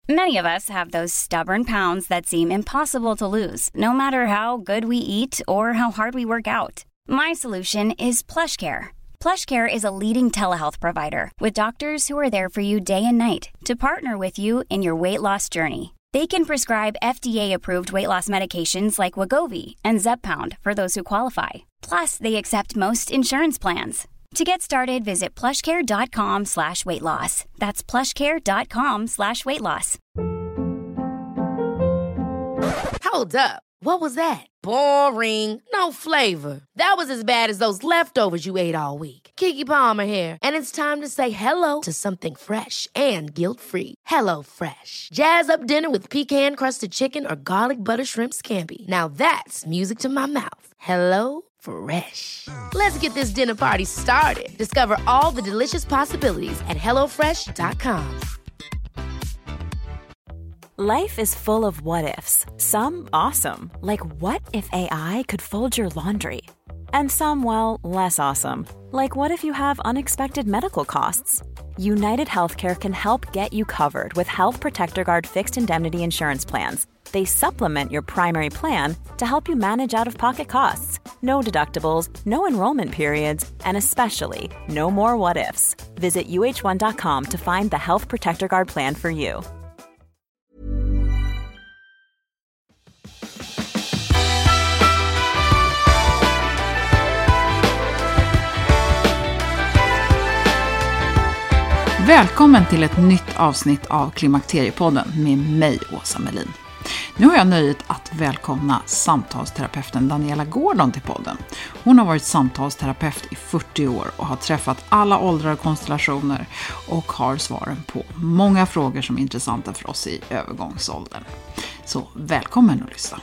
Many of us have those stubborn pounds that seem impossible to lose, no matter how good we eat or how hard we work out. My solution is PlushCare. PlushCare is a leading telehealth provider with doctors who are there for you day and night to partner with you in your weight loss journey. They can prescribe FDA-approved weight loss medications like Wegovy and Zepbound for those who qualify. Plus, they accept most insurance plans. To get started, visit plushcare.com/weightloss. That's plushcare.com/weightloss. Hold up. What was that? Boring. No flavor. That was as bad as those leftovers you ate all week. Keke Palmer here. And it's time to say hello to something fresh and guilt-free. Hello Fresh. Jazz up dinner with pecan-crusted chicken or garlic butter shrimp scampi. Now that's music to my mouth. Hello Fresh. Let's get this dinner party started. Discover all the delicious possibilities at hellofresh.com. Life is full of what-ifs. Some awesome, like what if AI could fold your laundry? And some, well, less awesome, like what if you have unexpected medical costs? United Healthcare can help get you covered with Health Protector Guard fixed indemnity insurance plans. They supplement your primary plan to help you manage out-of-pocket costs. No deductibles, no enrollment periods, and especially no more what-ifs. Visit uh1.com to find the Health Protector Guard plan for you. Välkommen till ett nytt avsnitt av Klimakteriepodden med mig, Åsa Melin. Nu har jag nöjet att välkomna samtalsterapeuten Daniela Gordon till podden. Hon har varit samtalsterapeut i 40 år och har träffat alla åldrar och konstellationer och har svaren på många frågor som är intressanta för oss i övergångsåldern. Så välkommen att lyssna.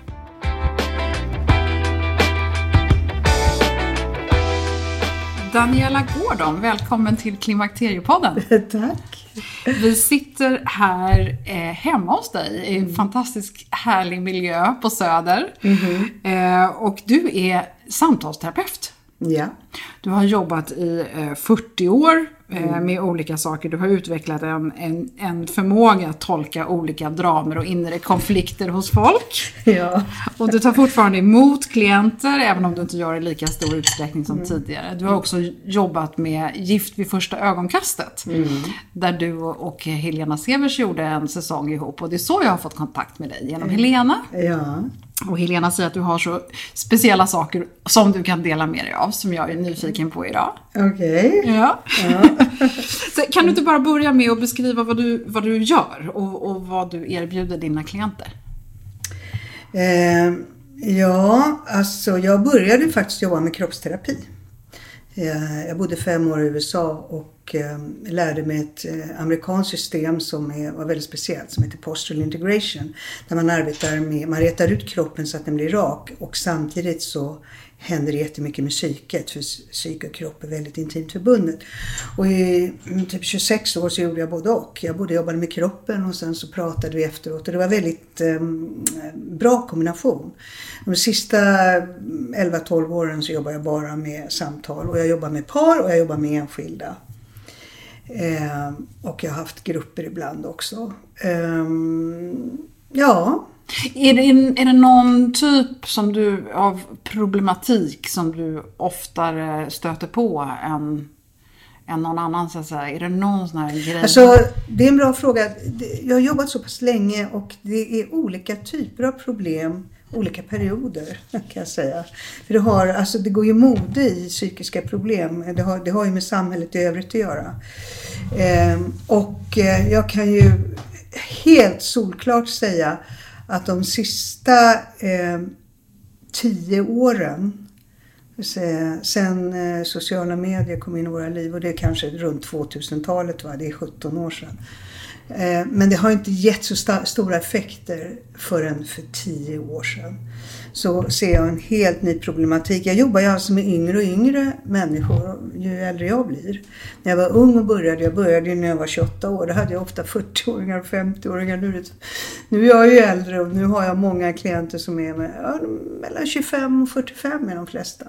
Daniela Gordon, välkommen till Klimakteriepodden. Tack. Vi sitter här hemma hos dig i en fantastisk härlig miljö på Söder. Och du är samtalsterapeut. Ja. Du har jobbat i 40 år med olika saker. Du har utvecklat en förmåga att tolka olika dramer och inre konflikter hos folk. Ja. Och du tar fortfarande emot klienter, även om du inte gör det i lika stor utsträckning som tidigare. Du har också jobbat med Gift vid första ögonkastet. Där du och Helena Severs gjorde en säsong ihop. Och det är så jag har fått kontakt med dig, genom Helena. Ja. Och Helena säger att du har så speciella saker som du kan dela med dig av, som jag är nyfiken på idag. Okej. Ja. Så kan du inte bara börja med att beskriva vad du gör och vad du erbjuder dina klienter? Ja, alltså jag började faktiskt jobba med kroppsterapi. Jag bodde 5 år i USA och lärde mig ett amerikanskt system som var väldigt speciellt, som heter Postural Integration. Där man arbetar med, man retar ut kroppen så att den blir rak, och samtidigt så händer det jättemycket med psyket, för psyk och kropp är väldigt intimt förbundet. Och i typ 26 år så gjorde jag både och. Jag både jobbade med kroppen och sen så pratade vi efteråt, och det var väldigt bra kombination. De sista 11-12 åren så jobbar jag bara med samtal, och jag jobbar med par och jag jobbar med enskilda. Och jag har haft grupper ibland också. Ja. Är det någon typ av problematik som du oftare stöter på än någon annan, så att säga? Är det någon sån här grej? Alltså, det är en bra fråga. Jag har jobbat så pass länge, och det är olika typer av problem, olika perioder kan jag säga. För det går ju mode i psykiska problem. Det har ju med samhället i övrigt att göra. Och jag kan ju helt solklart säga att de sista 10 åren, sen sociala medier kom in i våra liv, och det är kanske runt 2000-talet, det är 17 år sedan. Men det har inte gett så stora effekter förrän för 10 år sedan. Så ser jag en helt ny problematik. Jag jobbar ju alltså med yngre och yngre människor ju äldre jag blir. När jag var ung och började när jag var 28 år. Då hade jag ofta 40-åringar och 50-åringar. Nu är jag ju äldre, och nu har jag många klienter som är mellan 25 och 45 är de flesta.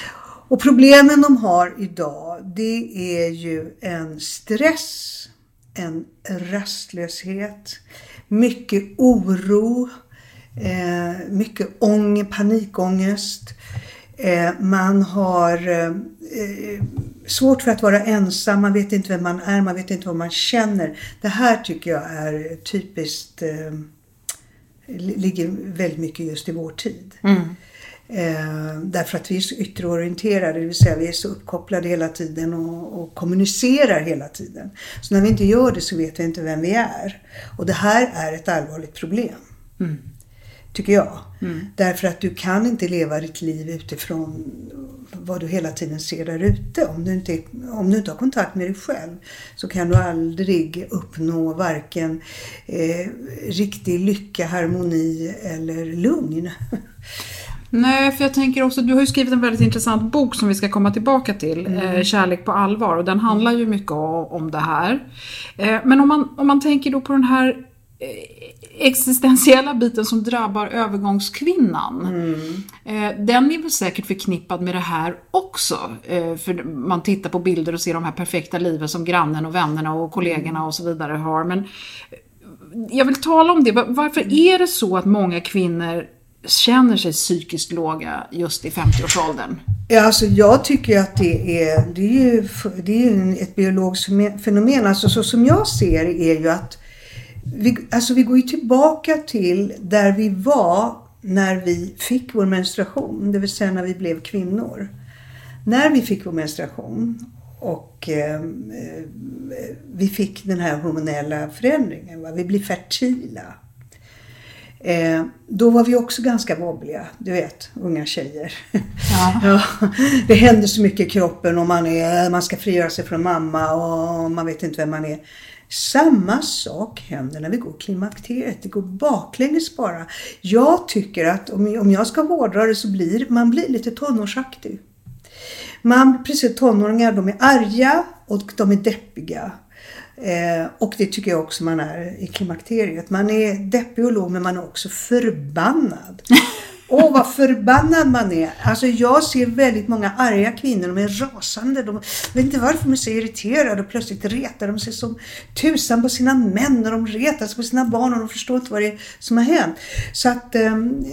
Och problemen de har idag, det är ju en stress en rastlöshet, mycket oro, mycket panikångest. Man har svårt för att vara ensam, man vet inte vem man är, man vet inte vad man känner. Det här tycker jag är typiskt, ligger väldigt mycket just i vår tid. Därför att vi är så ytterorienterade, det vill säga vi är så uppkopplade hela tiden och kommunicerar hela tiden. Så när vi inte gör det så vet vi inte vem vi är. Och det här är ett allvarligt problem. Tycker jag. Därför att du kan inte leva ditt liv utifrån vad du hela tiden ser där ute. Om du inte har kontakt med dig själv så kan du aldrig uppnå varken riktig lycka, harmoni eller lugn. Nej, för jag tänker också, du har ju skrivit en väldigt intressant bok som vi ska komma tillbaka till, Kärlek på allvar, och den handlar ju mycket om det här. Men om man tänker då på den här existentiella biten som drabbar övergångskvinnan. Den är väl säkert förknippad med det här också. För man tittar på bilder och ser de här perfekta liven som grannen och vännerna och kollegorna och så vidare har. Men jag vill tala om det. Varför är det så att många kvinnor känner sig psykiskt låga just i 50-årsåldern? Ja, alltså jag tycker att det är ju ett biologiskt fenomen. Alltså så som jag ser det är ju att vi går ju tillbaka till där vi var när vi fick vår menstruation. Det vill säga när vi blev kvinnor. När vi fick vår menstruation och vi fick den här hormonella förändringen. Va? Vi blir fertila. Då var vi också ganska vobbliga, du vet, unga tjejer. Ja, det händer så mycket i kroppen och man ska frigöra sig från mamma och man vet inte vem man är. Samma sak händer när vi går klimakteriet. Det går baklänges bara. Jag tycker att om jag ska hårdra det så man blir lite tonårsaktig. Precis, tonåringar, de är arga och de är deppiga. Och det tycker jag också man är i klimakteriet. Man är deppig och låg, men man är också förbannad. Vad förbannad man är. Alltså jag ser väldigt många arga kvinnor. De är rasande. De vet inte varför de är så irriterade. Och plötsligt retar de sig som tusan på sina män. Och de retar sig på sina barn. Och de förstår inte vad det är som har hänt. Så att det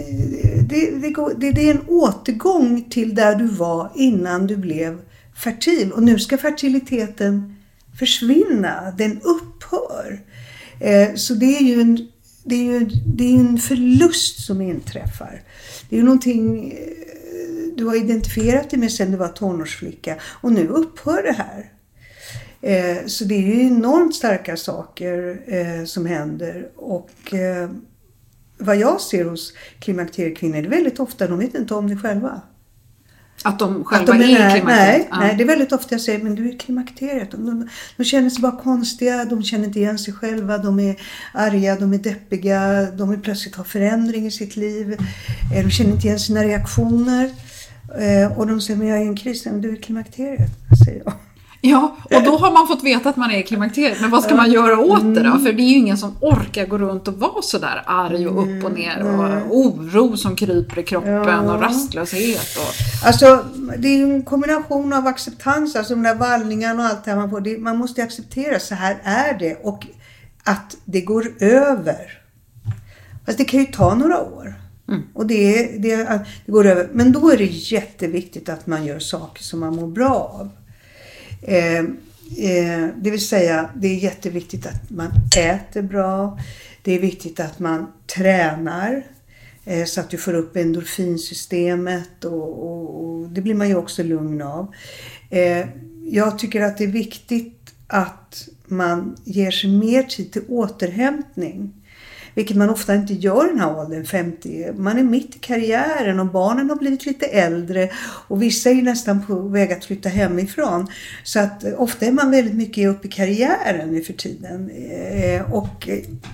är en återgång till där du var innan du blev fertil. Och nu ska fertiliteten försvinna. Den upphör. Så det är ju en förlust som inträffar. Det är ju någonting du har identifierat dig med sedan du var tonårsflicka. Och nu upphör det här. Så det är ju enormt starka saker som händer. Och vad jag ser hos klimakteriekvinnor är det väldigt ofta, de vet inte om det själva. Att de själva är klimakteriet? Nej, det är väldigt ofta jag säger, men du är klimakteriet. De känner sig bara konstiga, de känner inte igen sig själva, de är arga, de är deppiga, de är plötsligt har förändring i sitt liv. De känner inte igen sina reaktioner. Och de säger, men jag är en kris, men du är klimakteriet, säger jag. Ja, och då har man fått veta att man är klimakteriet. Men vad ska man göra åt det då? För det är ju ingen som orkar gå runt och vara så där arg och upp och ner. Och oro som kryper i kroppen och rastlöshet. Alltså, det är ju en kombination av acceptans. Alltså de där vallningarna och allt det här man får. Man måste acceptera, så här är det. Och att det går över. Fast det kan ju ta några år. Och det går över. Men då är det jätteviktigt att man gör saker som man mår bra av. Det vill säga, det är jätteviktigt att man äter bra. Det är viktigt att man tränar så att du får upp endorfinsystemet och det blir man ju också lugn av. Jag tycker att det är viktigt att man ger sig mer tid till återhämtning. Vilket man ofta inte gör i den här åldern, 50. Man är mitt i karriären och barnen har blivit lite äldre. Och vissa är nästan på väg att flytta hemifrån. Så att ofta är man väldigt mycket uppe i karriären nu för tiden. Och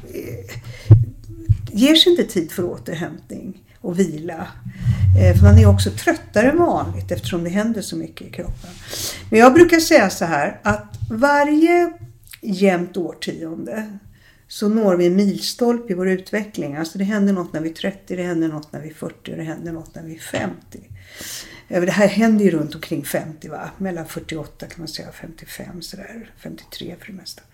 ger sig inte tid för återhämtning och vila. För man är också tröttare än vanligt eftersom det händer så mycket i kroppen. Men jag brukar säga så här, att varje jämnt årtionde så når vi en milstolpe i vår utveckling. Alltså det händer något när vi är 30, det händer något när vi är 40 och det händer något när vi är 50. Det här händer ju runt omkring 50, va? Mellan 48 kan man säga, 55 sådär, 53 för det mesta.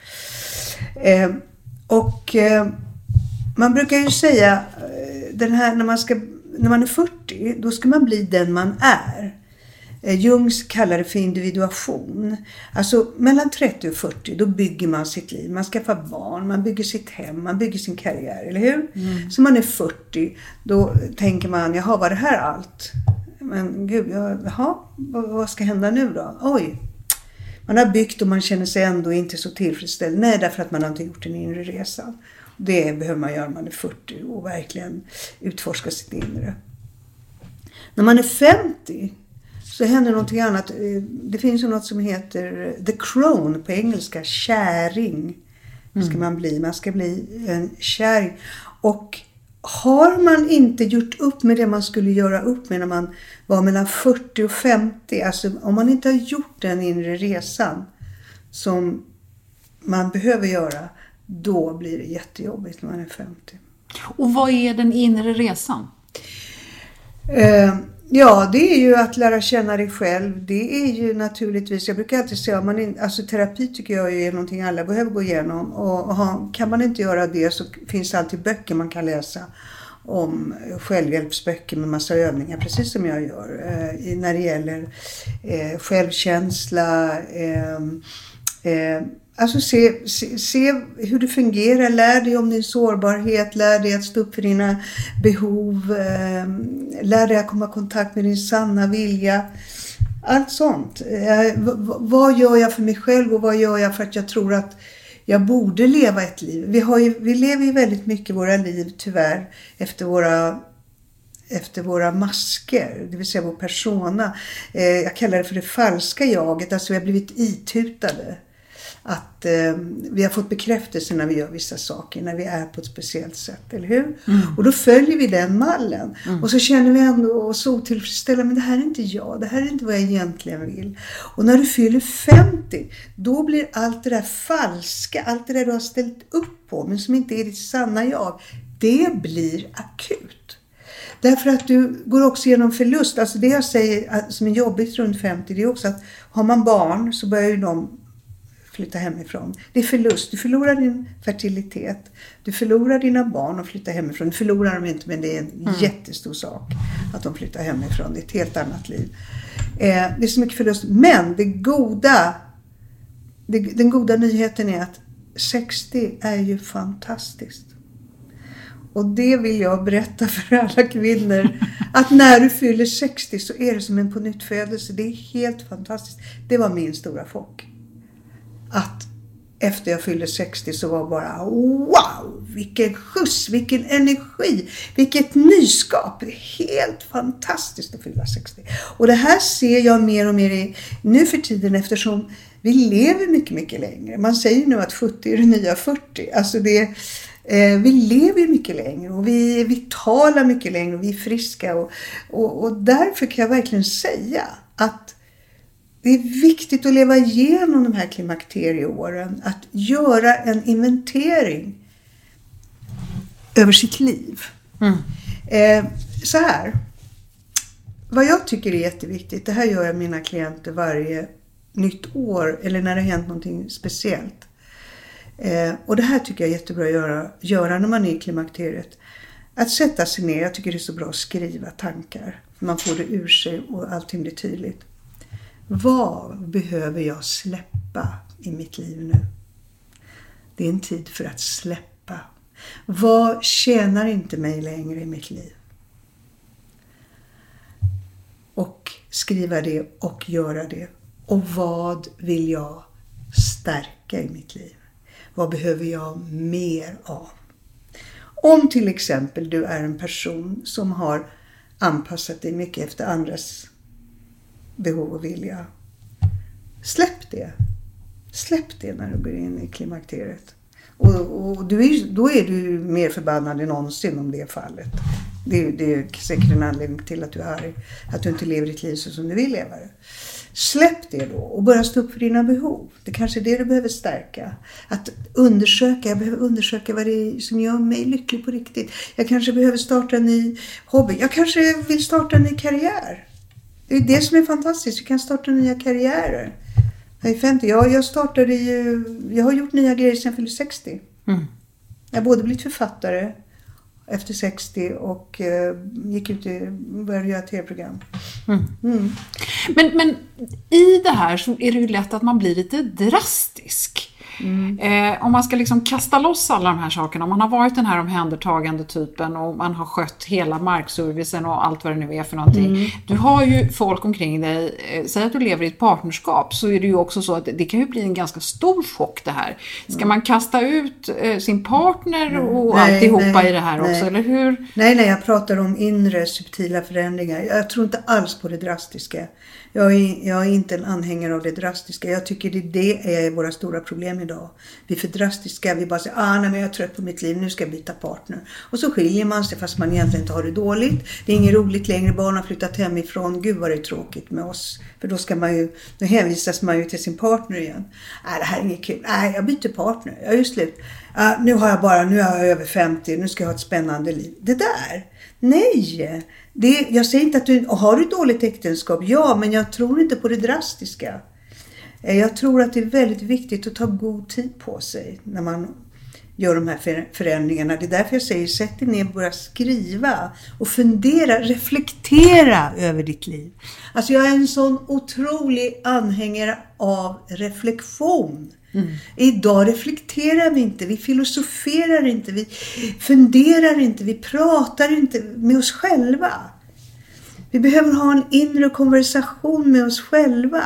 Man brukar ju säga när man är 40, då ska man bli den man är. Jungs kallar det för individuation. Alltså mellan 30 och 40 då bygger man sitt liv. Man skaffar barn, man bygger sitt hem, man bygger sin karriär, eller hur? Så man är 40, då tänker man, jaha, var det här allt? Men gud, vad ska hända nu då? Oj, man har byggt och man känner sig ändå inte så tillfredsställd. Nej, därför att man har inte gjort en inre resa. Det behöver man göra när man är 40 och verkligen utforska sitt inre. När man är 50 så händer någonting annat. Det finns ju något som heter the crone på engelska, käring. Ska man bli. Man ska bli en käring. Och har man inte gjort upp med det man skulle göra upp med när man var mellan 40 och 50. Alltså om man inte har gjort den inre resan som man behöver göra. Då blir det jättejobbigt när man är 50. Och vad är den inre resan? Ja, det är ju att lära känna dig själv. Det är ju naturligtvis, jag brukar alltid säga, alltså terapi tycker jag är någonting alla behöver gå igenom. Och kan man inte göra det så finns det alltid böcker man kan läsa om självhjälpsböcker med massa övningar, precis som jag gör. När det gäller självkänsla, alltså se hur det fungerar, lär dig om din sårbarhet, lär dig att stå upp för dina behov, lär dig att komma i kontakt med din sanna vilja. Allt sånt. Vad gör jag för mig själv och vad gör jag för att jag tror att jag borde leva ett liv? Vi lever ju väldigt mycket våra liv tyvärr efter våra masker, det vill säga vår persona. Jag kallar det för det falska jaget, alltså vi har blivit itutade. Att vi har fått bekräftelse när vi gör vissa saker, när vi är på ett speciellt sätt, eller hur? Och då följer vi den mallen. Och så känner vi ändå oss otillfredsställda, men det här är inte jag, det här är inte vad jag egentligen vill. Och när du fyller 50, då blir allt det där falska, allt det där du har ställt upp på, men som inte är ditt sanna jag, det blir akut. Därför att du går också igenom förlust. Alltså det jag säger som är jobbigt runt 50, det är också att har man barn så börjar ju de flytta hemifrån. Det är förlust. Du förlorar din fertilitet. Du förlorar dina barn och flyttar hemifrån. Du förlorar dem inte, men det är en jättestor sak att de flyttar hemifrån. Det är ett helt annat liv. Det är så mycket förlust. Men den goda nyheten är att 60 är ju fantastiskt. Och det vill jag berätta för alla kvinnor. Att när du fyller 60 så är det som en pånyttfödelse. Det är helt fantastiskt. Det var min stora chock. Att efter jag fyllde 60 så var bara wow, vilken skjuts, vilken energi, vilket nyskap. Det är helt fantastiskt att fylla 60. Och det här ser jag mer och mer nu för tiden eftersom vi lever mycket, mycket längre. Man säger nu att 70 är det nya 40. Alltså vi lever mycket längre och vi är vitala mycket längre och vi är friska. Och därför kan jag verkligen säga att det är viktigt att leva igenom de här klimakterieåren. Att göra en inventering över sitt liv. Så här. Vad jag tycker är jätteviktigt. Det här gör jag mina klienter varje nytt år. Eller när det har hänt någonting speciellt. Och det här tycker jag är jättebra att göra när man är i klimakteriet. Att sätta sig ner. Jag tycker det är så bra att skriva tankar. För man får det ur sig och allting blir tydligt. Vad behöver jag släppa i mitt liv nu? Det är en tid för att släppa. Vad tjänar inte mig längre i mitt liv? Och skriva det och göra det. Och vad vill jag stärka i mitt liv? Vad behöver jag mer av? Om till exempel du är en person som har anpassat dig mycket efter andras behov och vilja. Släpp det. Släpp det när du går in i klimakteriet. Och då är du mer förbannad än någonsin om det fallet. Det är säkert en anledning till att du är arg. Att du inte lever ditt liv så som du vill leva det. Släpp det då och börja stå upp för dina behov. Det kanske är det du behöver stärka. Att jag behöver undersöka vad det är som gör mig lycklig på riktigt. Jag kanske behöver starta en ny hobby. Jag kanske vill starta en ny karriär. Det är det som är fantastiskt. Vi kan starta nya karriärer. Jag är 50. Jag har gjort nya grejer sedan jag fyllde 60. Jag har både blivit författare efter 60 och gick ut och började göra tv-program. Men i det här så är det ju lätt att man blir lite drastisk. Om man ska liksom kasta loss alla de här sakerna, om man har varit den här omhändertagande typen och man har skött hela markservicen och allt vad det nu är för någonting. Du har ju folk omkring dig, säg att du lever i ett partnerskap, så är det ju också så att det kan ju bli en ganska stor chock det här. Ska man kasta ut sin partner och alltihopa i det här också, eller hur? Nej, jag pratar om inre subtila förändringar. Jag tror inte alls på det drastiska. Jag är inte en anhängare av det drastiska. Jag tycker det är våra stora problem idag. Vi är för drastiska. Vi bara säger, nej men jag är trött på mitt liv, nu ska jag byta partner. Och så skiljer man sig fast man egentligen inte har det dåligt. Det är inget roligt längre, barn har flyttat hemifrån. Gud vad det är tråkigt med oss. För då hänvisas man ju till sin partner igen. Nej, det här är inget kul. Nej, jag byter partner. Jag är ju slut. Nu är jag över 50, nu ska jag ha ett spännande liv. Det där, nej. Jag säger inte att har du ett dåligt äktenskap? Ja, men jag tror inte på det drastiska. Jag tror att det är väldigt viktigt att ta god tid på sig när man gör de här förändringarna. Det är därför jag säger, sätt dig ner och börja skriva och fundera, reflektera över ditt liv. Alltså jag är en sån otrolig anhängare av reflektion. Idag reflekterar vi inte, vi filosoferar inte, vi funderar inte, vi pratar inte med oss själva. Vi behöver ha en inre konversation med oss själva.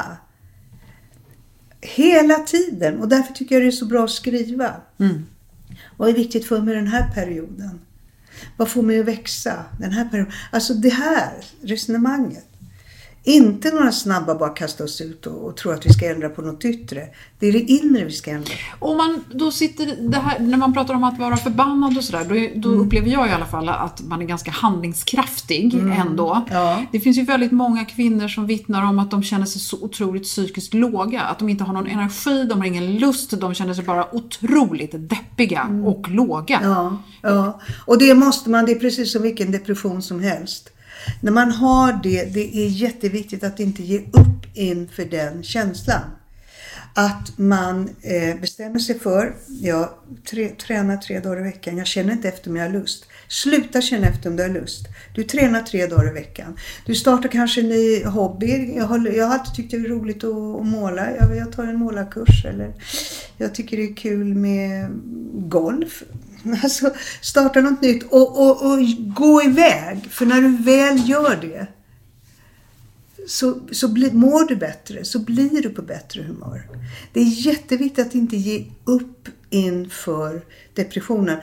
Hela tiden, och därför tycker jag det är så bra att skriva. Vad är viktigt för mig den här perioden? Vad får mig att växa den här perioden? Alltså det här resonemanget. Inte några snabba bara kasta oss ut och tro att vi ska ändra på något yttre. Det är det inre vi ska ändra. Om man då sitter det här, när man pratar om att vara förbannad och sådär, då upplever jag i alla fall att man är ganska handlingskraftig ändå. Ja. Det finns ju väldigt många kvinnor som vittnar om att de känner sig så otroligt psykiskt låga. Att de inte har någon energi, de har ingen lust, de känner sig bara otroligt deppiga och låga. Ja, och det måste man, det är precis som vilken depression som helst. När man har det är jätteviktigt att inte ge upp inför den känslan. Att man bestämmer sig för, jag tränar 3 dagar i veckan, jag känner inte efter om jag har lust. Sluta känna efter om du har lust. Du tränar 3 dagar i veckan. Du startar kanske en ny hobby. Jag har alltid tyckt det är roligt att måla. Jag tar en målarkurs. Eller jag tycker det är kul med golf. Alltså starta något nytt och gå iväg. För när du väl gör det så mår du bättre. Så blir du på bättre humör. Det är jätteviktigt att inte ge upp inför depressionen.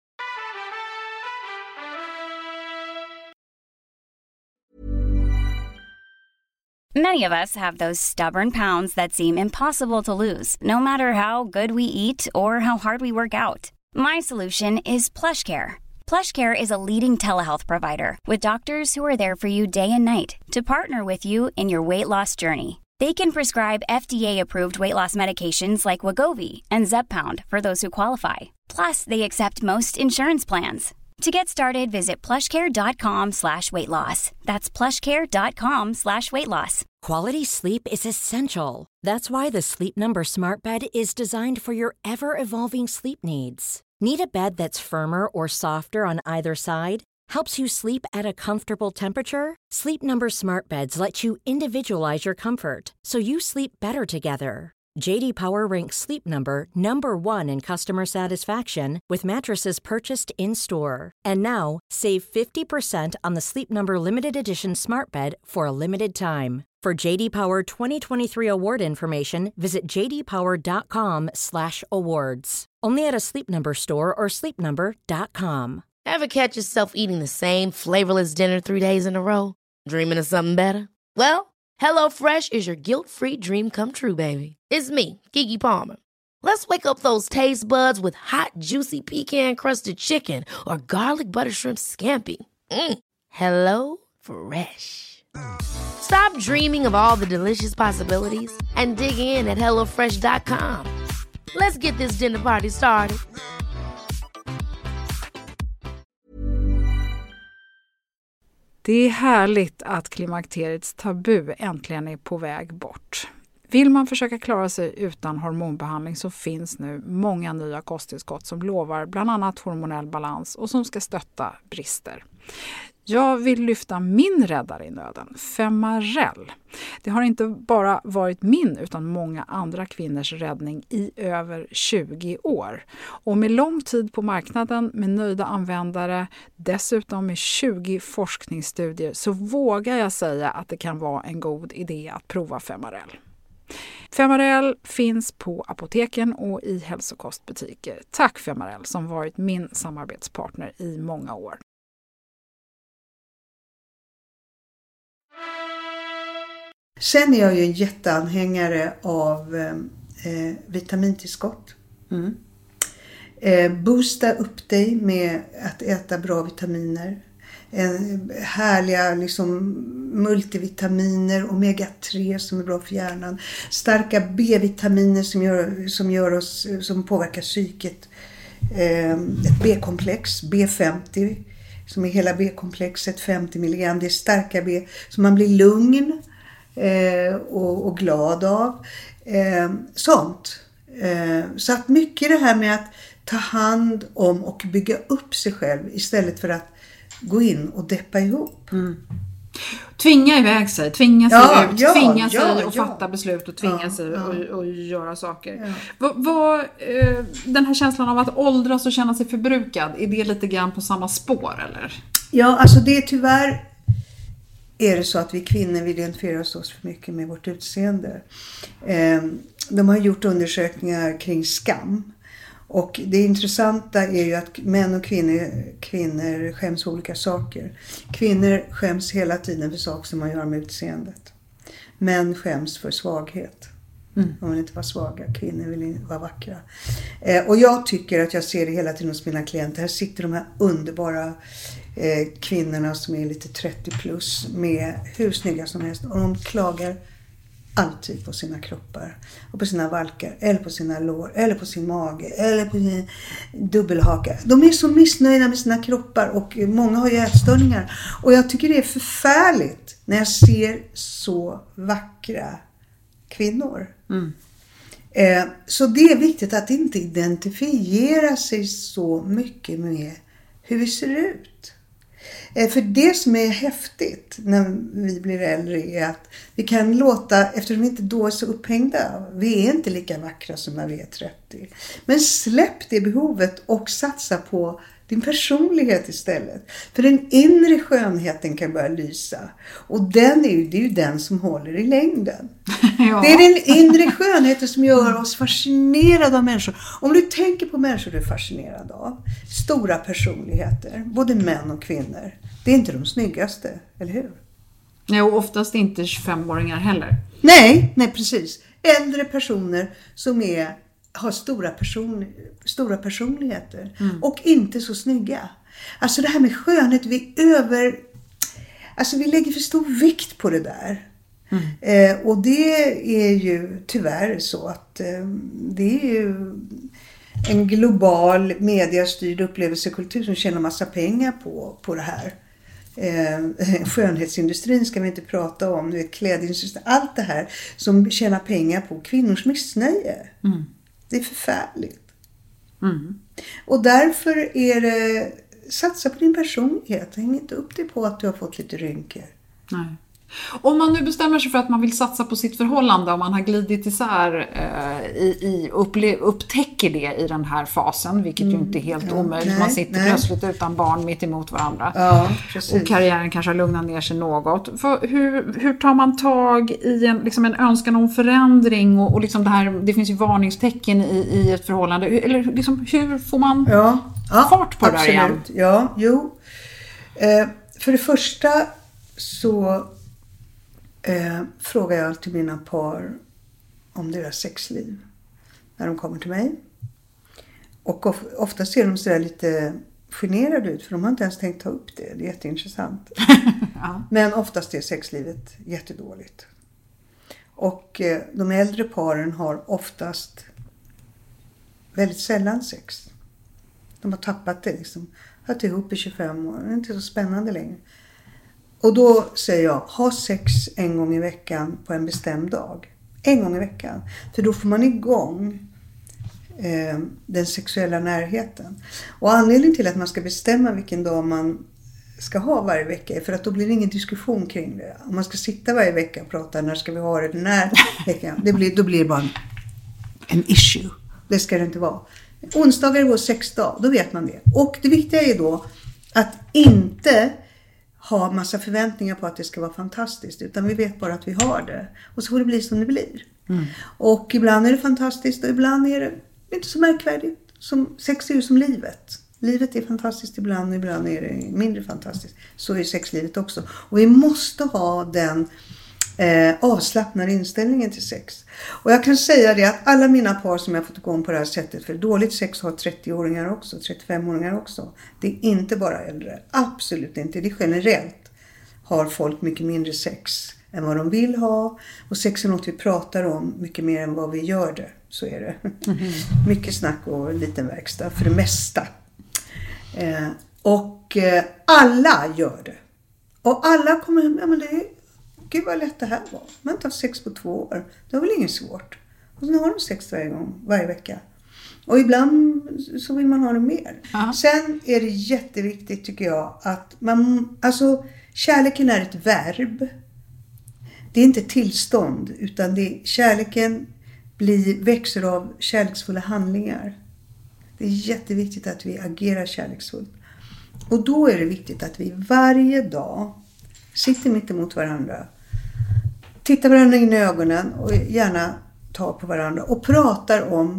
Many of us have those stubborn pounds that seem impossible to lose, no matter how good we eat or how hard we work out. My solution is PlushCare. PlushCare is a leading telehealth provider with doctors who are there for you day and night to partner with you in your weight loss journey. They can prescribe FDA-approved weight loss medications like Wegovy and Zepbound for those who qualify. Plus, they accept most insurance plans. To get started, visit plushcare.com/weightloss. That's plushcare.com/weightloss. Quality sleep is essential. That's why the Sleep Number Smart Bed is designed for your ever-evolving sleep needs. Need a bed that's firmer or softer on either side? Helps you sleep at a comfortable temperature? Sleep Number Smart Beds let you individualize your comfort, so you sleep better together. J.D. Power ranks Sleep Number #1 in customer satisfaction with mattresses purchased in-store. And now, save 50% on the Sleep Number Limited Edition Smart Bed for a limited time. For J.D. Power 2023 award information, visit jdpower.com/awards. Only at a Sleep Number store or sleepnumber.com. Ever catch yourself eating the same flavorless dinner 3 days in a row? Dreaming of something better? Well, HelloFresh is your guilt-free dream come true, baby. It's me, Keke Palmer. Let's wake up those taste buds with hot, juicy pecan-crusted chicken or garlic butter shrimp scampi. Hello Fresh. Stop dreaming of all the delicious possibilities and dig in at HelloFresh.com. Let's get this dinner party started. Det är härligt att klimakteriets tabu äntligen är på väg bort. Vill man försöka klara sig utan hormonbehandling så finns nu många nya kosttillskott som lovar bland annat hormonell balans och som ska stötta brister. Jag vill lyfta min räddare i nöden, Femarel. Det har inte bara varit min utan många andra kvinnors räddning i över 20 år. Och med lång tid på marknaden, med nöjda användare, dessutom med 20 forskningsstudier så vågar jag säga att det kan vara en god idé att prova Femarel. Femarel finns på apoteken och i hälsokostbutiker. Tack Femarel som varit min samarbetspartner i många år. Sen är jag ju en jätteanhängare av vitamintillskott. Boosta upp dig med att äta bra vitaminer. Härliga liksom, multivitaminer, omega-3 som är bra för hjärnan. Starka B-vitaminer som påverkar psyket. Ett B-komplex, B50, som är hela B-komplexet, 50 mg. Det är starka B, så man blir lugn och glad av. Sånt. Så att mycket det här med att ta hand om och bygga upp sig själv istället för att gå in och deppa ihop. Tvinga iväg sig, tvinga sig ut, tvinga sig och fatta beslut och tvinga sig och göra saker. Den här känslan av att åldras och känna sig förbrukad, är det lite grann på samma spår eller? Ja, alltså det är tyvärr är det så att vi kvinnor vill identifiera oss för mycket med vårt utseende. De har gjort undersökningar kring skam. Och det intressanta är ju att män och kvinnor skäms för olika saker. Kvinnor skäms hela tiden för saker som man gör med utseendet. Män skäms för svaghet. De vill inte vara svaga, kvinnor vill vara vackra. Och jag tycker att jag ser det hela tiden hos mina klienter. Här sitter de här underbara kvinnorna som är lite 30 plus med hur snygga som helst. Och de klagar alltid på sina kroppar och på sina valkar eller på sina lår eller på sin mage eller på sin dubbelhaka. De är så missnöjda med sina kroppar och många har ju ätstörningar. Och jag tycker det är förfärligt när jag ser så vackra kvinnor. Så det är viktigt att inte identifiera sig så mycket med hur vi ser ut. För det som är häftigt när vi blir äldre är att vi kan låta, eftersom vi inte då är så upphängda, vi är inte lika vackra som när vi är 30. Men släpp det behovet och satsa på din personlighet istället. För den inre skönheten kan börja lysa. Och det är ju den som håller i längden. Ja. Det är den inre skönheten som gör oss fascinerade av människor. Om du tänker på människor du är fascinerad av. Stora personligheter, både män och kvinnor. Det är inte de snyggaste, eller hur? Nej, och oftast inte 25-åringar heller. Nej, precis. Äldre personer som har stora personligheter och inte så snygga. Alltså det här med skönhet, vi lägger för stor vikt på det där. Och det är ju tyvärr så att det är ju en global mediastyrd upplevelsekultur som tjänar massa pengar på det här. Skönhetsindustrin ska vi inte prata om, klädindustrin, allt det här som tjänar pengar på kvinnors missnöje. Det är förfärligt. Och därför är det, satsa på din personlighet. Häng inte upp dig på att du har fått lite rynkor. Nej. Om man nu bestämmer sig för att man vill satsa på sitt förhållande och man har glidit isär upptäcker det i den här fasen, vilket ju inte är helt omöjligt. Man sitter plötsligt utan barn mitt emot varandra. Ja, och karriären kanske har lugnat ner sig något. Hur tar man tag i en önskan om förändring och liksom det finns ju varningstecken i ett förhållande. Eller liksom, hur får man fart på det där igen? Ja, jo. För det första så frågar jag alltid mina par om deras sexliv när de kommer till mig. Och ofta ser de sådär lite generade ut, för de har inte ens tänkt ta upp det. Det är jätteintressant. Men oftast är sexlivet jättedåligt. Och de äldre paren har oftast väldigt sällan sex. De har tappat det liksom. Hört ihop i 25 år. Det är inte så spännande längre. Och då säger jag, ha sex en gång i veckan på en bestämd dag. En gång i veckan. För då får man igång den sexuella närheten. Och anledningen till att man ska bestämma vilken dag man ska ha varje vecka är för att då blir det ingen diskussion kring det. Om man ska sitta varje vecka och prata, när ska vi ha det den här veckan? Då blir det bara en issue. Det ska det inte vara. Onsdagar är vår sexdag, då vet man det. Och det viktiga är då att inte ha massa förväntningar på att det ska vara fantastiskt. Utan vi vet bara att vi har det. Och så får det bli som det blir. Mm. Och ibland är det fantastiskt och ibland är det inte så märkvärdigt. Sex är ju som livet. Livet är fantastiskt ibland och ibland är det mindre fantastiskt. Så är sexlivet också. Och vi måste ha den avslappnade inställningen till sex. Och jag kan säga det att alla mina par som jag fått igång på det här sättet, för dåligt sex har 30-åringar också, 35-åringar också. Det är inte bara äldre. Absolut inte. Det är generellt har folk mycket mindre sex än vad de vill ha. Och sex är något vi pratar om mycket mer än vad vi gör det. Så är det. Mm-hmm. Mycket snack och liten verkstad för det mesta. Alla gör det. Och alla kommer hem, ja men det är, gud vad lätt det här var. Man har inte haft sex på 2 år. Det var väl inget svårt. Och sen har de sex varje vecka. Och ibland så vill man ha det mer. Uh-huh. Sen är det jätteviktigt tycker jag att kärleken är ett verb. Det är inte ett tillstånd utan kärleken växer av kärleksfulla handlingar. Det är jätteviktigt att vi agerar kärleksfullt. Och då är det viktigt att vi varje dag sitter mitt emot varandra. Tittar varandra in i ögonen och gärna tar på varandra. Och pratar om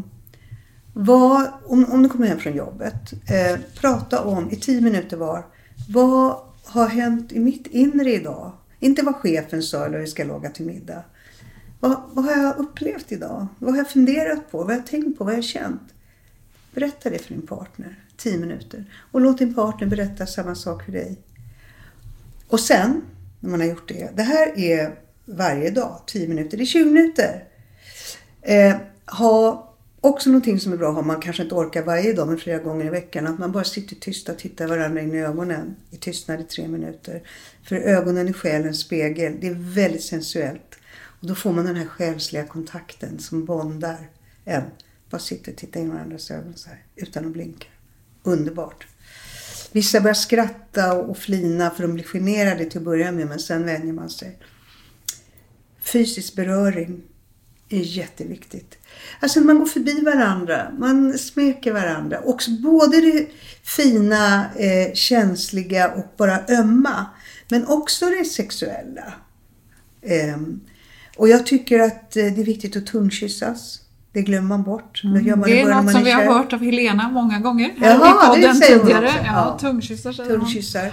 om du kommer hem från jobbet. Prata om i 10 minuter var. Vad har hänt i mitt inre idag? Inte vad chefen sa eller vi ska laga till middag. Vad har jag upplevt idag? Vad har jag funderat på? Vad har jag tänkt på? Vad har jag känt? Berätta det för din partner. 10 minuter. Och låt din partner berätta samma sak för dig. Och sen, när man har gjort det. Det här är varje dag. 10 minuter. Det är 20 minuter. Ha också någonting som är bra. Man kanske inte orkar varje dag men flera gånger i veckan. Att man bara sitter tyst och tittar varandra in i ögonen. I tystnad i 3 minuter. För ögonen är själens spegel. Det är väldigt sensuellt. Och då får man den här själsliga kontakten som bondar en. Bara sitter och tittar in varandras ögon så här. Utan att blinka. Underbart. Vissa börjar skratta och flina för de blir generade till att börja med. Men sen vänjer man sig. Fysisk beröring är jätteviktigt. Alltså man går förbi varandra. Man smeker varandra. Och både det fina, känsliga och bara ömma. Men också det sexuella. Och jag tycker att det är viktigt att tungkyssas. Det glömmer man bort. Det är något som vi har hört av Helena många gånger. Här i podden tidigare. Ja, tungkyssar. Tungkyssar.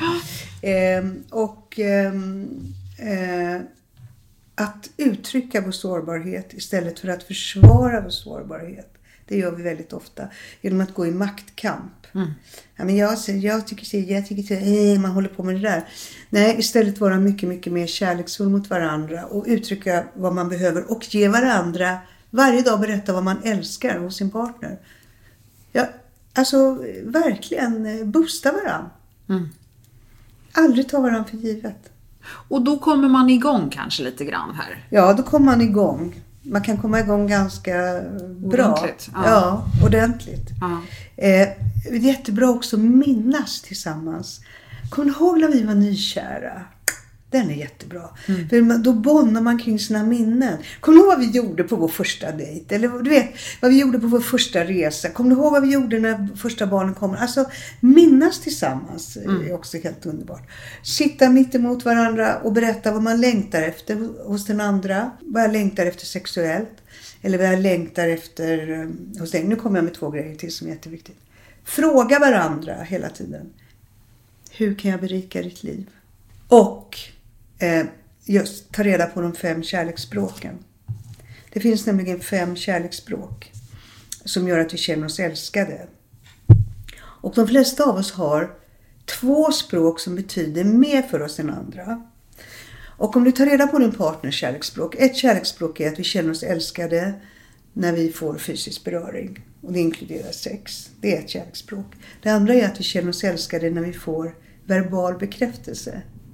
Att uttrycka vår sårbarhet istället för att försvara vår sårbarhet. Det gör vi väldigt ofta. Genom att gå i maktkamp. Ja, men jag tycker man håller på med det där. Nej, istället vara mycket, mycket mer kärleksfull mot varandra. Och uttrycka vad man behöver. Och ge varandra varje dag berätta vad man älskar hos sin partner. Ja, alltså verkligen boosta varandra. Aldrig ta varandra för givet. Och då kommer man igång kanske lite grann här. Ja, då kommer man igång. Man kan komma igång ganska bra. Ordentligt. Ja, ordentligt. Ja. Det är jättebra också att minnas tillsammans. Kommer du ihåg när vi var nykära? Den är jättebra. För då bondar man kring sina minnen. Kommer du ihåg vad vi gjorde på vår första dejt? Eller du vet, vad vi gjorde på vår första resa. Kommer du ihåg vad vi gjorde när första barnen kommer? Alltså, minnas tillsammans är också helt underbart. Sitta mitt emot varandra och berätta vad man längtar efter hos den andra. Vad jag längtar efter sexuellt. Eller vad jag längtar efter hos den. Nu kommer jag med 2 grejer till som är jätteviktigt. Fråga varandra hela tiden. Hur kan jag berika ditt liv? Och just ta reda på de 5 kärleksspråken. Det finns nämligen 5 kärleksspråk som gör att vi känner oss älskade. Och de flesta av oss har 2 språk som betyder mer för oss än andra. Och om du tar reda på din partners kärleksspråk. Ett kärleksspråk är att vi känner oss älskade när vi får fysisk beröring. Och det inkluderar sex. Det är ett kärleksspråk. Det andra är att vi känner oss älskade när vi får verbal bekräftelse.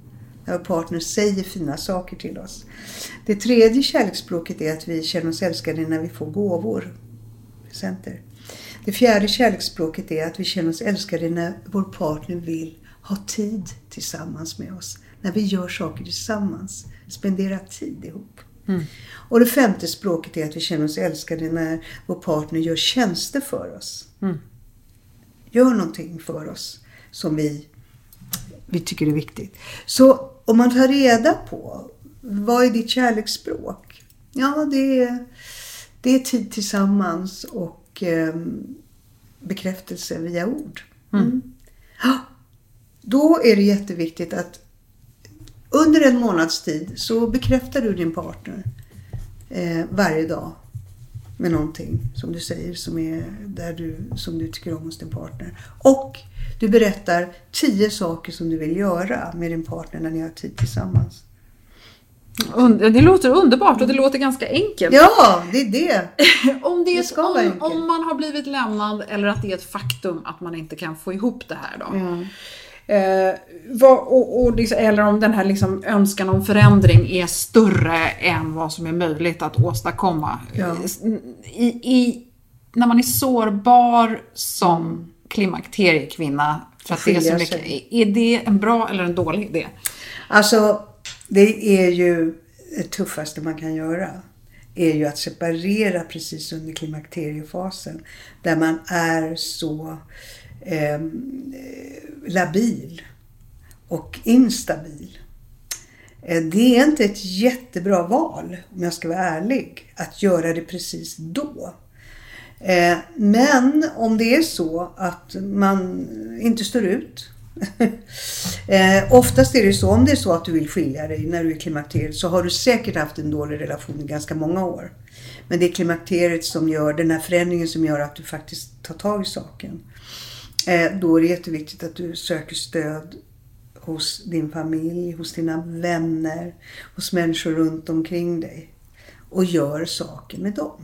När vår partner säger fina saker till oss. Det tredje kärleksspråket är att vi känner oss älskade när vi får gåvor. Presenter. Det fjärde kärleksspråket är att vi känner oss älskade när vår partner vill ha tid tillsammans med oss. När vi gör saker tillsammans. Spendera tid ihop. Och det femte språket är att vi känner oss älskade när vår partner gör tjänster för oss. Gör någonting för oss som vi tycker är viktigt. Så om man tar reda på vad är ditt kärleksspråk? Ja, det är tid tillsammans och bekräftelse via ord. Då är det jätteviktigt att under en månads tid så bekräftar du din partner varje dag med någonting som du säger som du tycker om hos din partner. Och du berättar 10 saker som du vill göra med din partner när ni har tid tillsammans. Det låter underbart och det låter ganska enkelt. Ja, det är det. Om man har blivit lämnad eller att det är ett faktum att man inte kan få ihop det här då. Ja. Eller om den här liksom önskan om förändring är större än vad som är möjligt att åstadkomma. Ja. När man är sårbar som klimakteriekvinna, för att det är så mycket, är det en bra eller en dålig idé? Alltså, det är ju det tuffaste man kan göra. Är ju att separera precis under klimakteriefasen. Där man är så labil och instabil. Det är inte ett jättebra val, om jag ska vara ärlig, att göra det precis då. Men om det är så att man inte står ut. Oftast är det så, om det är så att du vill skilja dig när du är klimakteriet, så har du säkert haft en dålig relation i ganska många år. Men det är klimakteriet som gör den här förändringen som gör att du faktiskt tar tag i saken. Då är det jätteviktigt att du söker stöd hos din familj, hos dina vänner, hos människor runt omkring dig. Och gör saker med dem.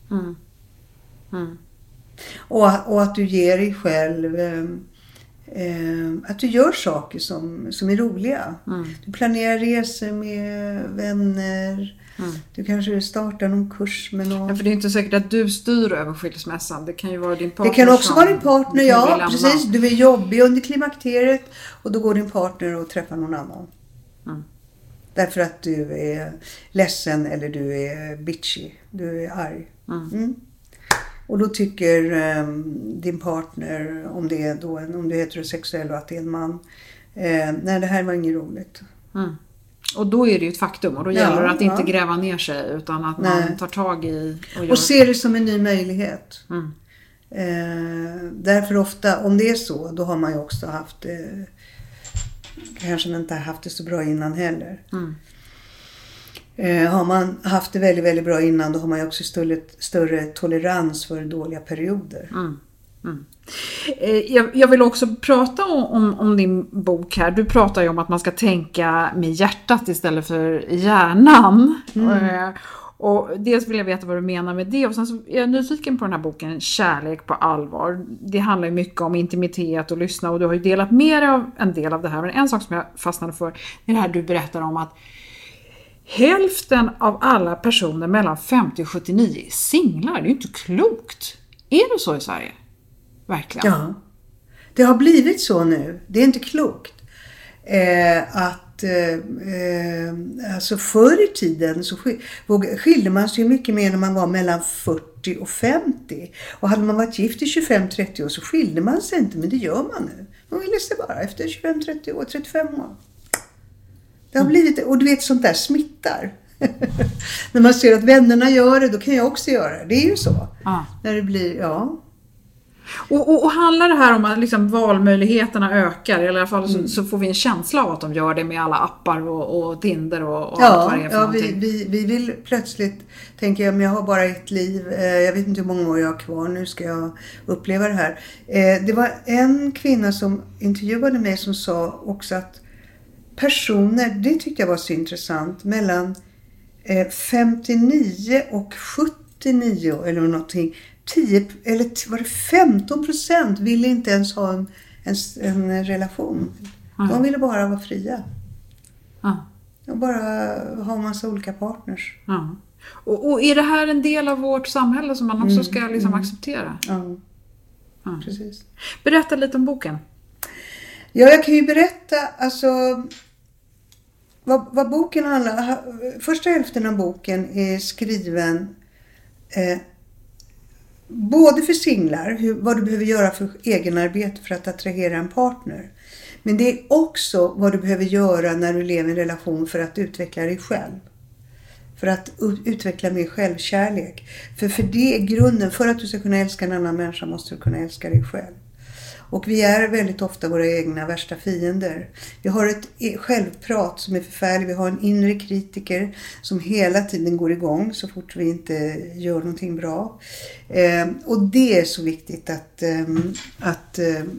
Och att du ger dig själv, att du gör saker som är roliga. Du planerar resor med vänner. Du kanske startar någon kurs med någon. Ja, för det är inte säkert att du styr över skilsmässan. Det kan ju vara din partner. Det kan också vara din partner, ja. Precis, du är jobbig under klimakteriet och då går din partner och träffar någon annan. Därför att du är ledsen eller du är bitchy. Du är arg. Och då tycker din partner, om du är heterosexuell och att det är en man, nej, det här var inget roligt. Och då är det ju ett faktum. Och då gäller det att inte gräva ner sig, utan att man tar tag i och ser det som en ny möjlighet. Därför ofta, om det är så, då har man ju också haft kanske man inte har haft det så bra innan heller. Har man haft det väldigt, väldigt bra innan, då har man ju också större tolerans för dåliga perioder. Jag vill också prata om din bok här. Du pratar ju om att man ska tänka med hjärtat istället för hjärnan. Och dels vill jag veta vad du menar med det. Och sen så är jag nyfiken på den här boken Kärlek på allvar. Det handlar ju mycket om intimitet och lyssna. Och du har ju delat med av en del av det här. Men en sak som jag fastnade för är det här du berättar om att hälften av alla personer mellan 50 och 79 är singlar. Det är ju inte klokt. Är det så i Sverige? Verkligen. Ja, det har blivit så nu. Det är inte klokt. Alltså förr i tiden så skilde man sig mycket mer när man var mellan 40 och 50. Och hade man varit gift i 25-30 år så skilde man sig inte, men det gör man nu. Man vill sig bara efter 25-30 år, 35 år. Det har blivit, och du vet, sånt där smittar. När man ser att vännerna gör det, då kan jag också göra det. Det är ju så. När det blir, Och handlar det här om att liksom valmöjligheterna ökar? Eller i alla fall så får vi en känsla av att de gör det med alla appar och Tinder och allt vad det är för någonting. Vi vill plötsligt, tänker jag, men jag har bara ett liv. Jag vet inte hur många år jag har kvar. Nu ska jag uppleva det här. Det var en kvinna som intervjuade mig som sa också att personer, det tyckte jag var så intressant, mellan 59 och 79 eller någonting, 10 eller var det 15% ville inte ens ha en relation. De ville bara vara fria. Och bara ha en massa olika partners. Ja. Och är det här en del av vårt samhälle som man också ska liksom acceptera? Ja, precis. Berätta lite om boken. Ja, jag kan ju berätta alltså vad boken handlar. Första hälften av boken är skriven både för singlar, vad du behöver göra för egenarbete för att attrahera en partner. Men det är också vad du behöver göra när du lever i en relation för att utveckla dig själv. För att utveckla mer självkärlek. För det är grunden. För att du ska kunna älska en annan människa måste du kunna älska dig själv. Och vi är väldigt ofta våra egna värsta fiender. Vi har ett självprat som är förfärligt. Vi har en inre kritiker som hela tiden går igång så fort vi inte gör någonting bra. Och det är så viktigt att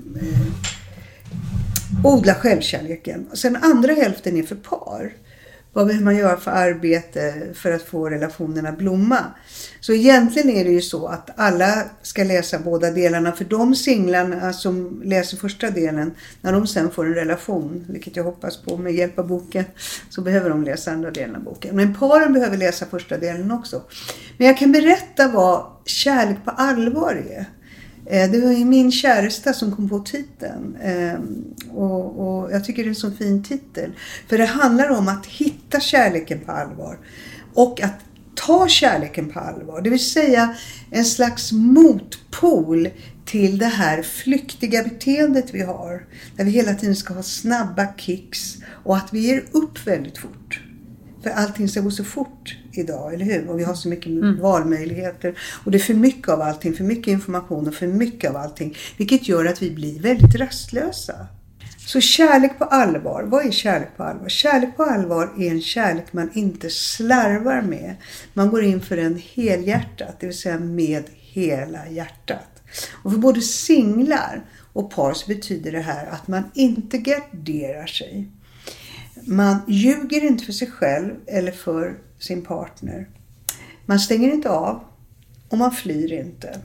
odla självkärleken. Och sen andra hälften är för par. Vad behöver man göra för arbete för att få relationerna blomma? Så egentligen är det ju så att alla ska läsa båda delarna. För de singlarna som läser första delen, när de sen får en relation, vilket jag hoppas på med hjälp av boken, så behöver de läsa andra delen av boken. Men paren behöver läsa första delen också. Men jag kan berätta vad kärlek på allvar är. Det var ju min käresta som kom på titeln och jag tycker det är en så fin titel. För det handlar om att hitta kärleken på allvar och att ta kärleken på allvar. Det vill säga en slags motpol till det här flyktiga beteendet vi har. Där vi hela tiden ska ha snabba kicks och att vi ger upp väldigt fort. För allting ska gå så fort idag, eller hur? Och vi har så mycket valmöjligheter. Och det är för mycket av allting, för mycket information och för mycket av allting. Vilket gör att vi blir väldigt rastlösa. Så kärlek på allvar, vad är kärlek på allvar? Kärlek på allvar är en kärlek man inte slarvar med. Man går in för en helhjärtat, det vill säga med hela hjärtat. Och för både singlar och par så betyder det här att man inte garderar sig. Man ljuger inte för sig själv eller för sin partner. Man stänger inte av och man flyr inte.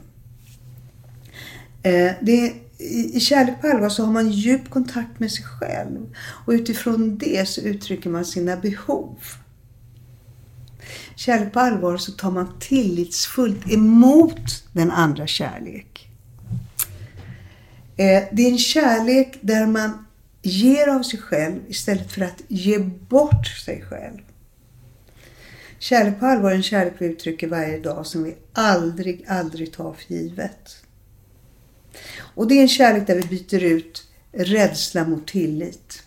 I kärlek på allvar så har man djup kontakt med sig själv. Och utifrån det så uttrycker man sina behov. Kärlek på allvar så tar man tillitsfullt emot den andra kärlek. Det är en kärlek där man ger av sig själv istället för att ge bort sig själv. Kärlek på allvar är en kärlek vi uttrycker varje dag som vi aldrig tar för givet. Och det är en kärlek där vi byter ut rädsla mot tillit.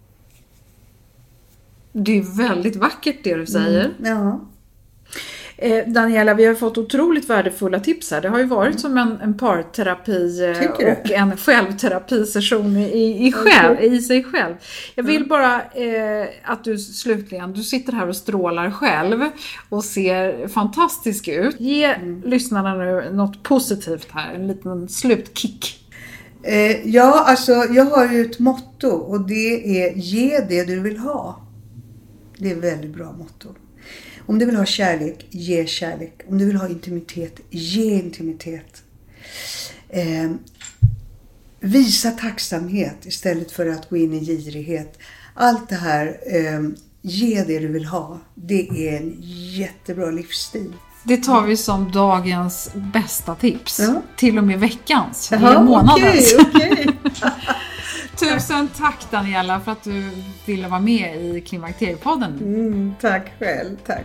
Det är väldigt vackert det du säger. Ja. Daniela, vi har fått otroligt värdefulla tips här. Det har ju varit som en parterapi och en självterapisession i sig själv. Jag vill bara att du slutligen, du sitter här och strålar själv och ser fantastisk ut. Ge lyssnarna nu något positivt här, en liten slutkick. Ja, alltså jag har ju ett motto och det är ge det du vill ha. Det är ett väldigt bra motto. Om du vill ha kärlek, ge kärlek. Om du vill ha intimitet, ge intimitet. Visa tacksamhet istället för att gå in i girighet. Allt det här, ge det du vill ha. Det är en jättebra livsstil. Det tar vi som dagens bästa tips. Ja. Till och med veckans. Eller månadens. Okay. Tusen tack Daniela för att du ville vara med i Klimakteriepodden. Tack själv, tack.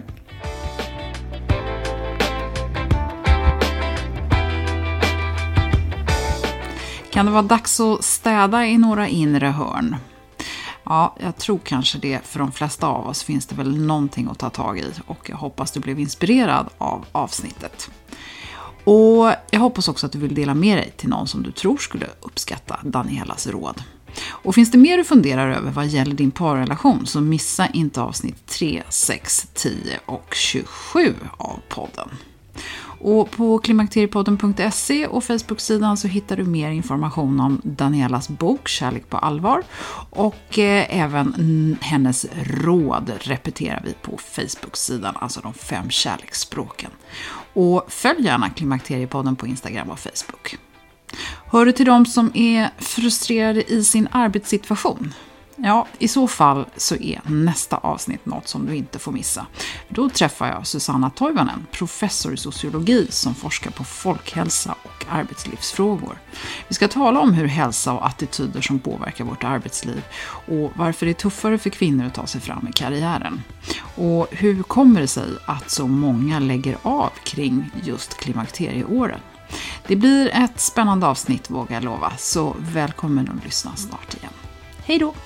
Kan det vara dags att städa i några inre hörn? Ja, jag tror kanske det. För de flesta av oss finns det väl någonting att ta tag i. Och jag hoppas du blev inspirerad av avsnittet. Och jag hoppas också att du vill dela med dig till någon som du tror skulle uppskatta Danielas råd. Och finns det mer du funderar över vad gäller din parrelation så missa inte avsnitt 3, 6, 10 och 27 av podden. Och på klimakteriepodden.se och Facebook-sidan så hittar du mer information om Danielas bok Kärlek på allvar. Och även hennes råd repeterar vi på Facebook-sidan, alltså de 5 kärleksspråken. Och följ gärna Klimakteriepodden på Instagram och Facebook. Hör du till dem som är frustrerade i sin arbetssituation? Ja, i så fall så är nästa avsnitt något som du inte får missa. Då träffar jag Susanna Toivonen, professor i sociologi som forskar på folkhälsa och arbetslivsfrågor. Vi ska tala om hur hälsa och attityder som påverkar vårt arbetsliv och varför det är tuffare för kvinnor att ta sig fram i karriären. Och hur kommer det sig att så många lägger av kring just klimakterieåren? Det blir ett spännande avsnitt, vågar jag lova, så välkommen att lyssna snart igen. Hej då!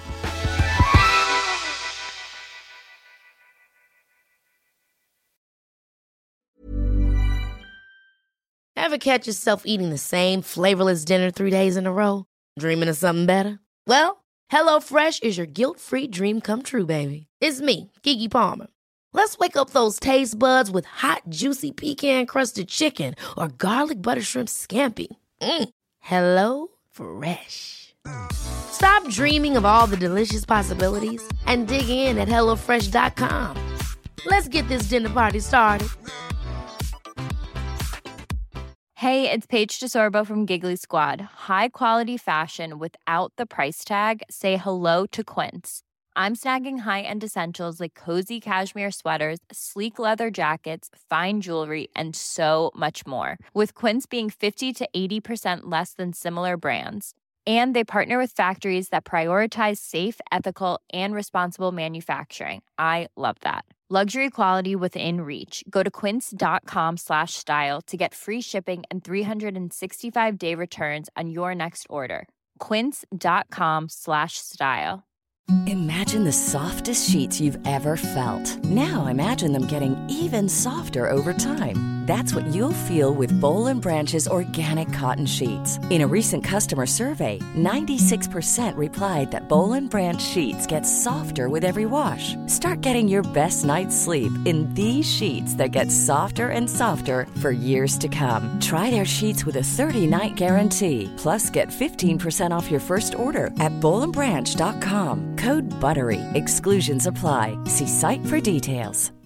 Ever catch yourself eating the same flavorless dinner 3 days in a row? Dreaming of something better? Well, HelloFresh is your guilt-free dream come true, baby. It's me, Keke Palmer. Let's wake up those taste buds with hot, juicy pecan-crusted chicken or garlic butter shrimp scampi. Hello Fresh. Stop dreaming of all the delicious possibilities and dig in at HelloFresh.com. Let's get this dinner party started. Hey, it's Paige DeSorbo from Giggly Squad. High quality fashion without the price tag. Say hello to Quince. I'm snagging high-end essentials like cozy cashmere sweaters, sleek leather jackets, fine jewelry, and so much more. With Quince being 50 to 80% less than similar brands. And they partner with factories that prioritize safe, ethical, and responsible manufacturing. I love that. Luxury quality within reach. Go to quince.com/style to get free shipping and 365-day returns on your next order. Quince.com/style. Imagine the softest sheets you've ever felt. Now imagine them getting even softer over time. That's what you'll feel with Boll & Branch's organic cotton sheets. In a recent customer survey, 96% replied that Boll & Branch sheets get softer with every wash. Start getting your best night's sleep in these sheets that get softer and softer for years to come. Try their sheets with a 30-night guarantee. Plus, get 15% off your first order at bollandbranch.com. Code BUTTERY. Exclusions apply. See site for details.